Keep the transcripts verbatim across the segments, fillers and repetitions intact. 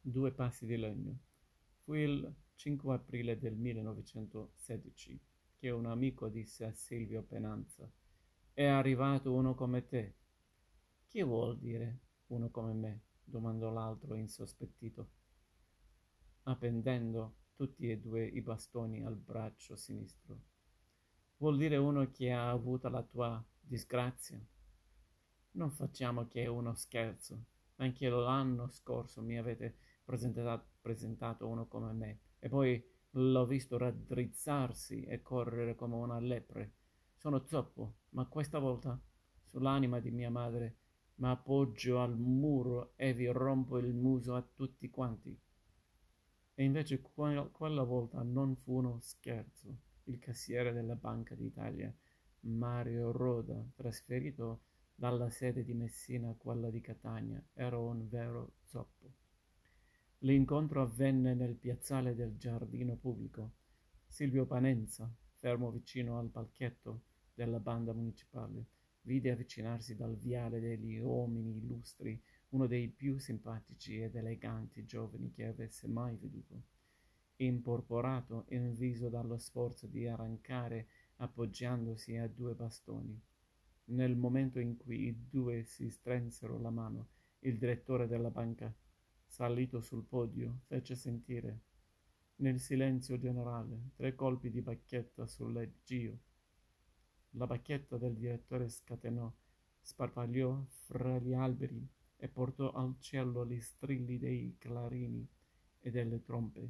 Due passi di legno. Fu il cinque aprile del millenovecentosedici che un amico disse a Silvio Penanza: «È arrivato uno come te». «Che vuol dire uno come me?» domandò l'altro insospettito, appendendo tutti e due i bastoni al braccio sinistro. «Vuol dire uno che ha avuto la tua disgrazia». «Non facciamo che uno scherzo. Anche l'anno scorso mi avete presentato, presentato uno come me, e poi l'ho visto raddrizzarsi e correre come una lepre. Sono zoppo, ma questa volta, sull'anima di mia madre, m'appoggio al muro e vi rompo il muso a tutti quanti». E invece que- quella volta non fu uno scherzo. Il cassiere della Banca d'Italia, Mario Roda, trasferito dalla sede di Messina a quella di Catania, era un vero zoppo. L'incontro avvenne nel piazzale del giardino pubblico. Silvio Panenza, fermo vicino al palchetto della banda municipale, vide avvicinarsi dal viale degli uomini illustri uno dei più simpatici ed eleganti giovani che avesse mai veduto. Imporporato in viso dallo sforzo di arrancare appoggiandosi a due bastoni. Nel momento in cui i due si strinsero la mano, il direttore della banca, salito sul podio, fece sentire, nel silenzio generale, tre colpi di bacchetta sul leggio. La bacchetta del direttore scatenò, sparpagliò fra gli alberi e portò al cielo gli strilli dei clarini e delle trombe,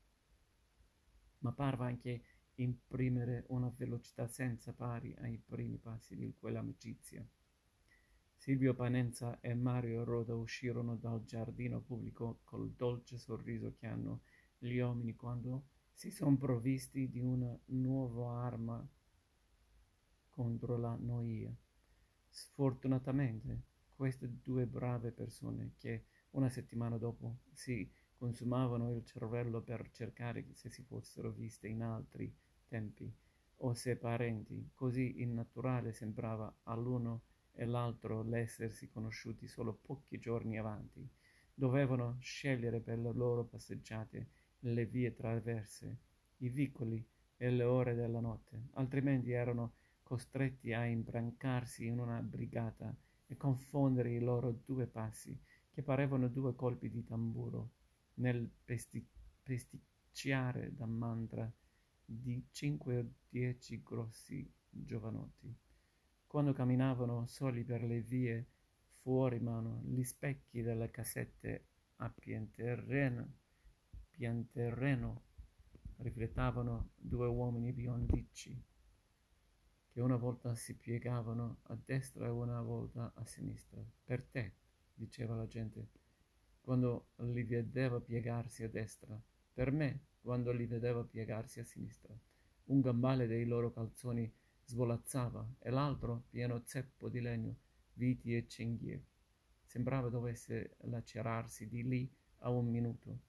ma parve anche imprimere una velocità senza pari ai primi passi di quell'amicizia. Silvio Panenza e Mario Roda uscirono dal giardino pubblico col dolce sorriso che hanno gli uomini quando si son provvisti di una nuova arma contro la noia. Sfortunatamente, queste due brave persone, che una settimana dopo si consumavano il cervello per cercare se si fossero viste in altri tempi, o se parenti, così innaturale sembrava all'uno e l'altro l'essersi conosciuti solo pochi giorni avanti, dovevano scegliere per le loro passeggiate le vie traverse, i vicoli e le ore della notte, altrimenti erano costretti a imbrancarsi in una brigata e confondere i loro due passi, che parevano due colpi di tamburo, nel pesti- pesticciare da mantra di cinque o dieci grossi giovanotti. Quando camminavano soli per le vie fuori mano, gli specchi delle casette a pianterreno, pianterreno riflettavano due uomini biondicci che una volta si piegavano a destra e una volta a sinistra. «Per te», diceva la gente, quando li vedeva piegarsi a destra, «per me», quando li vedeva piegarsi a sinistra. Un gambale dei loro calzoni svolazzava e l'altro, pieno zeppo di legno, viti e cinghie. Sembrava dovesse lacerarsi di lì a un minuto.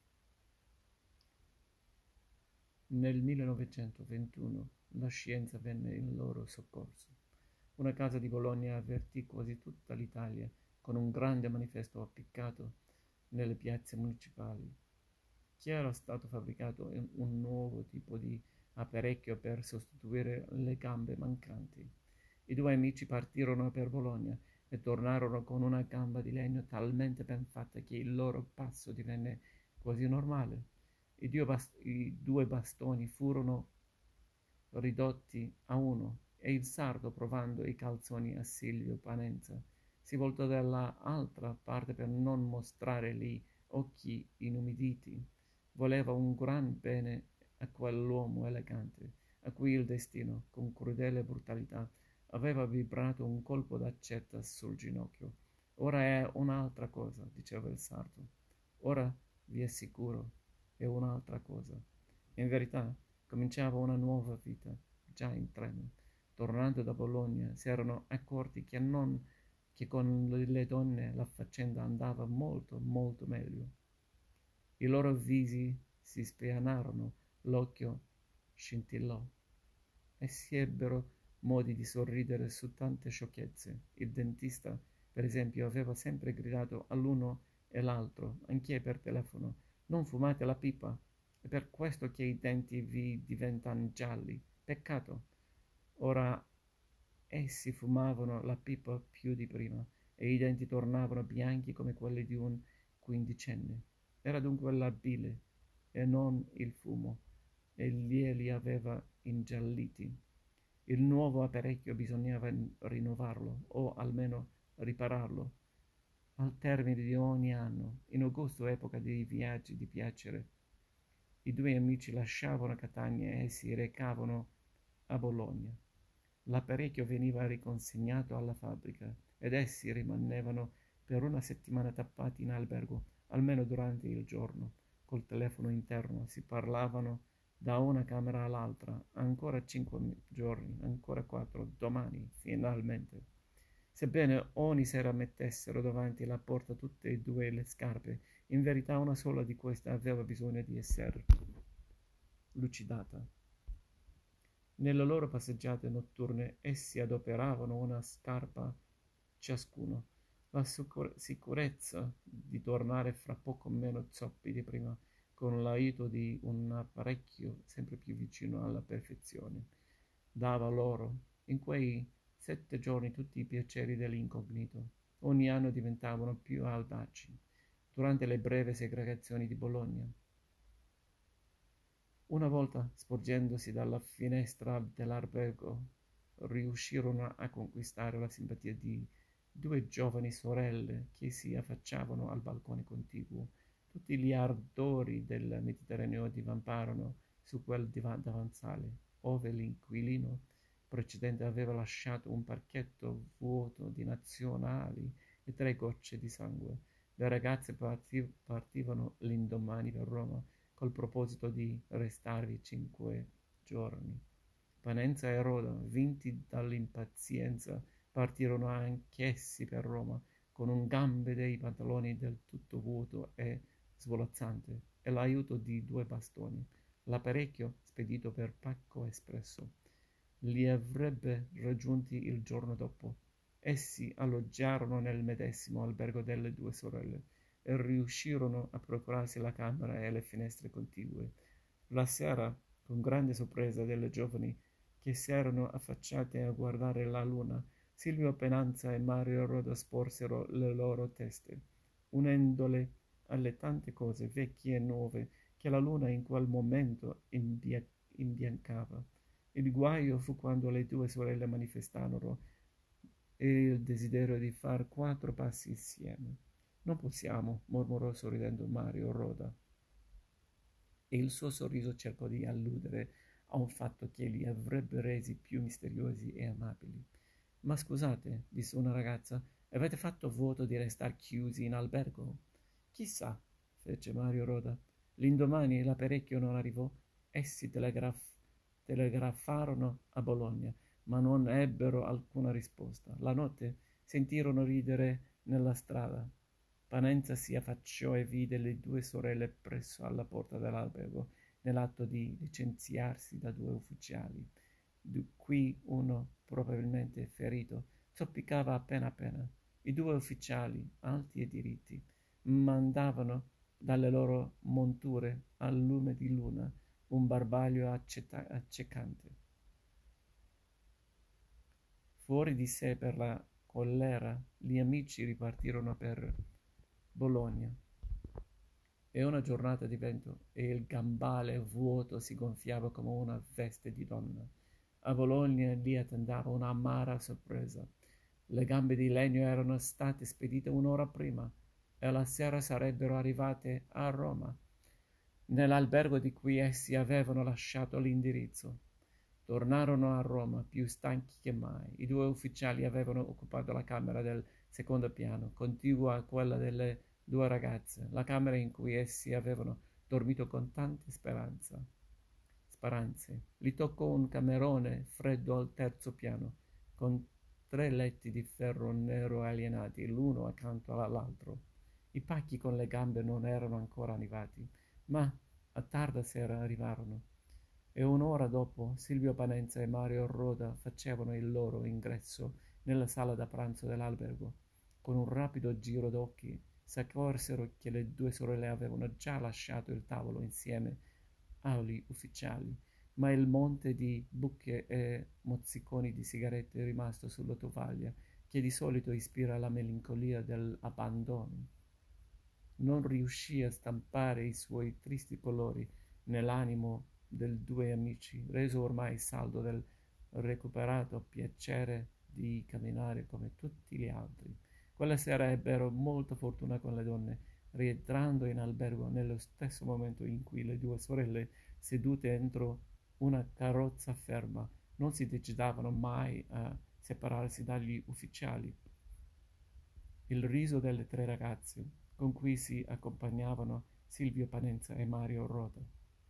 Nel millenovecentoventuno la scienza venne in loro soccorso. Una casa di Bologna avvertì quasi tutta l'Italia con un grande manifesto appiccato nelle piazze municipali, che era stato fabbricato un nuovo tipo di apparecchio per sostituire le gambe mancanti. I due amici partirono per Bologna e tornarono con una gamba di legno talmente ben fatta che il loro passo divenne quasi normale. I due, bast- i due bastoni furono ridotti a uno e il sardo, provando i calzoni a Silvio Panenza, si voltò dall'altra parte per non mostrare gli occhi inumiditi. Voleva un gran bene a quell'uomo elegante, a cui il destino, con crudele brutalità, aveva vibrato un colpo d'accetta sul ginocchio. «Ora è un'altra cosa», diceva il sardo. «Ora, vi assicuro, è un'altra cosa». In verità, cominciava una nuova vita, già in treno. Tornando da Bologna, si erano accorti che, non, che con le donne la faccenda andava molto, molto meglio. I loro visi si spianarono, l'occhio scintillò e si ebbero modi di sorridere su tante sciocchezze. Il dentista, per esempio, aveva sempre gridato all'uno E l'altro, anche per telefono: non fumate la pipa, è per questo che i denti vi diventano gialli. Peccato. Ora essi fumavano la pipa più di prima e i denti tornavano bianchi come quelli di un quindicenne. Era dunque la bile e non il fumo e glieli aveva ingialliti. Il nuovo apparecchio bisognava rinnovarlo o almeno ripararlo al termine di ogni anno, in agosto, epoca dei viaggi di piacere. I due amici lasciavano Catania e si recavano a Bologna. L'apparecchio veniva riconsegnato alla fabbrica ed essi rimanevano per una settimana tappati in albergo, almeno durante il giorno. Col telefono interno si parlavano da una camera all'altra. Ancora cinque giorni, ancora quattro, domani, finalmente. Sebbene ogni sera mettessero davanti la porta tutte e due le scarpe, in verità una sola di queste aveva bisogno di essere lucidata. Nelle loro passeggiate notturne essi adoperavano una scarpa ciascuno, la sicur- sicurezza di tornare fra poco meno zoppi di prima, con l'aiuto di un apparecchio sempre più vicino alla perfezione. Dava loro, in quei sette giorni, tutti i piaceri dell'incognito. Ogni anno diventavano più audaci. Durante le brevi segregazioni di Bologna, una volta, sporgendosi dalla finestra dell'albergo, riuscirono a conquistare la simpatia di due giovani sorelle che si affacciavano al balcone contiguo. Tutti gli ardori del Mediterraneo divamparono su quel divan davanzale, ove l'inquilino precedente aveva lasciato un parchetto vuoto di nazionali e tre gocce di sangue. Le ragazze partiv- partivano l'indomani per Roma col proposito di restarvi cinque giorni. Panenza e Roda, vinti dall'impazienza, partirono anch'essi per Roma, con un gambe dei pantaloni del tutto vuoto e svolazzante, e l'aiuto di due bastoni. L'apparecchio, spedito per pacco espresso, li avrebbe raggiunti il giorno dopo. Essi alloggiarono nel medesimo albergo delle due sorelle e riuscirono a procurarsi la camera e le finestre contigue. La sera, con grande sorpresa delle giovani che s'erano affacciate a guardare la luna, Silvio Penanza e Mario Roda sporsero le loro teste, unendole alle tante cose vecchie e nuove che la luna in quel momento imbia- imbiancava. Il guaio fu quando le due sorelle manifestarono il desiderio di far quattro passi insieme. Non possiamo, mormorò sorridendo Mario Roda, e il suo sorriso cercò di alludere a un fatto che li avrebbe resi più misteriosi e amabili. Ma scusate, disse una ragazza, avete fatto voto di restar chiusi in albergo? Chissà, fece Mario Roda. L'indomani l'apparecchio non arrivò. Essi telegraf- telegrafarono a Bologna, ma non ebbero alcuna risposta. La notte sentirono ridere nella strada. Panenza si affacciò e vide le due sorelle presso alla porta dell'albergo, nell'atto di licenziarsi da due ufficiali, di cui uno, probabilmente ferito, zoppicava appena appena. I due ufficiali, alti e diritti, mandavano dalle loro monture, al lume di luna, un barbaglio acceta- accecante. Fuori di sé per la collera, gli amici ripartirono per Bologna. E una giornata di vento e il gambale vuoto si gonfiava come una veste di donna. A Bologna li attendeva un'amara sorpresa. Le gambe di legno erano state spedite un'ora prima e la sera sarebbero arrivate a Roma, nell'albergo di cui essi avevano lasciato l'indirizzo. Tornarono a Roma più stanchi che mai. I due ufficiali avevano occupato la camera del secondo piano, contigua a quella delle due ragazze, la camera in cui essi avevano dormito con tante speranze. Speranze. Li toccò un camerone freddo al terzo piano, con tre letti di ferro nero alienati, l'uno accanto all'altro. I pacchi con le gambe non erano ancora arrivati, ma a tarda sera arrivarono, e un'ora dopo Silvio Panenza e Mario Roda facevano il loro ingresso nella sala da pranzo dell'albergo. Con un rapido giro d'occhi s'accorsero che le due sorelle avevano già lasciato il tavolo insieme agli ufficiali, ma il monte di bucche e mozziconi di sigarette rimasto sulla tovaglia, che di solito ispira la melancolia dell'abbandono, non riuscì a stampare i suoi tristi colori nell'animo dei due amici, reso ormai saldo dal recuperato piacere di camminare come tutti gli altri. Quella sera ebbero molta fortuna con le donne, rientrando in albergo nello stesso momento in cui le due sorelle, sedute entro una carrozza ferma, non si decidevano mai a separarsi dagli ufficiali. Il riso delle tre ragazze, con cui si accompagnavano Silvio Panenza e Mario Rota,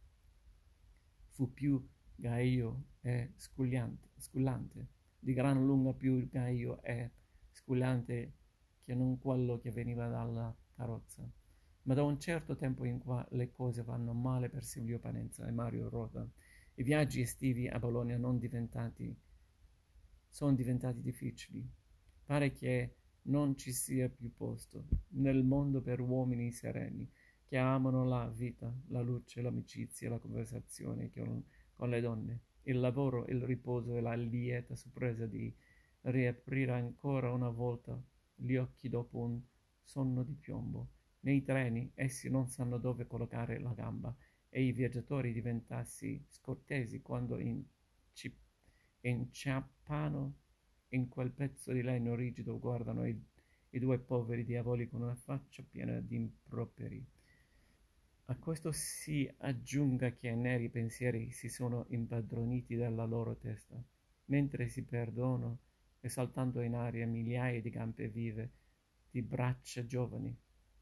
fu più gaio e scullante, scullante, di gran lunga più gaio e scullante che non quello che veniva dalla carrozza. Ma da un certo tempo in qua le cose vanno male per Silvio Panenza e Mario Rota. I viaggi estivi a Bologna non diventati, sono diventati difficili. Pare che non ci sia più posto nel mondo per uomini sereni che amano la vita, la luce, l'amicizia, la conversazione con, con le donne, il lavoro, il riposo e la lieta sorpresa di riaprire ancora una volta gli occhi dopo un sonno di piombo. Nei treni essi non sanno dove collocare la gamba e i viaggiatori diventassi scortesi quando inci- inciampano in quel pezzo di legno rigido, guardano i, i due poveri diavoli con una faccia piena di improperi. A questo si aggiunga che neri pensieri si sono impadroniti della loro testa, mentre si perdono, esaltando in aria migliaia di gambe vive, di braccia giovani.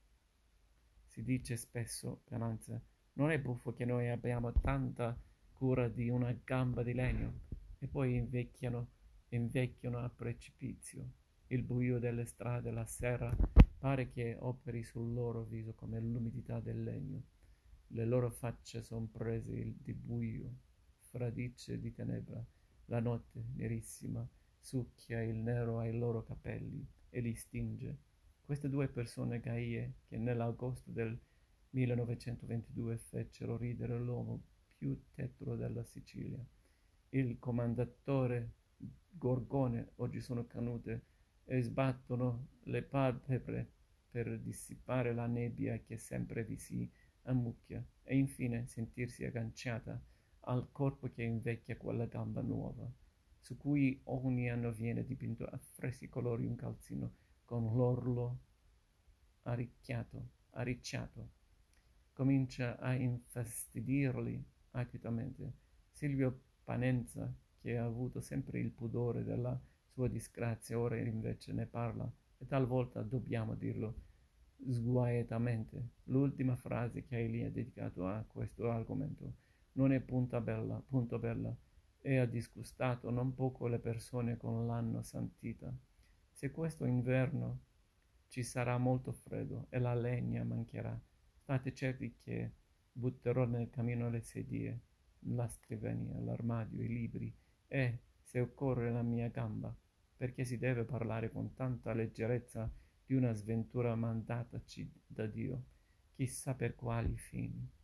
Si dice spesso, Panenza, non è buffo che noi abbiamo tanta cura di una gamba di legno, e poi invecchiano, invecchiano a precipizio. Il buio delle strade la sera pare che operi sul loro viso come l'umidità del legno. Le loro facce son prese di buio, fradicie di tenebra. La notte, nerissima, succhia il nero ai loro capelli e li stinge. Queste due persone gaie che nell'agosto del millenovecentoventidue fecero ridere l'uomo più tetro della Sicilia. Il commendatore Gorgone oggi sono canute e sbattono le palpebre per dissipare la nebbia che sempre vi si ammucchia e infine sentirsi agganciata al corpo che invecchia quella gamba nuova, su cui ogni anno viene dipinto a freschi colori un calzino con l'orlo arricchiato, arricciato. Comincia a infastidirli acutamente. Silvio Panenza, che ha avuto sempre il pudore della sua disgrazia, ora invece ne parla, e talvolta dobbiamo dirlo sguaiatamente. L'ultima frase che egli ha dedicato a questo argomento non è punta bella, punto bella, e ha disgustato non poco le persone con l'anno santita. Se questo inverno ci sarà molto freddo e la legna mancherà, state certi che butterò nel camino le sedie, la scrivania, l'armadio, i libri e, se occorre, la mia gamba, perché si deve parlare con tanta leggerezza di una sventura mandataci da Dio, chissà per quali fini.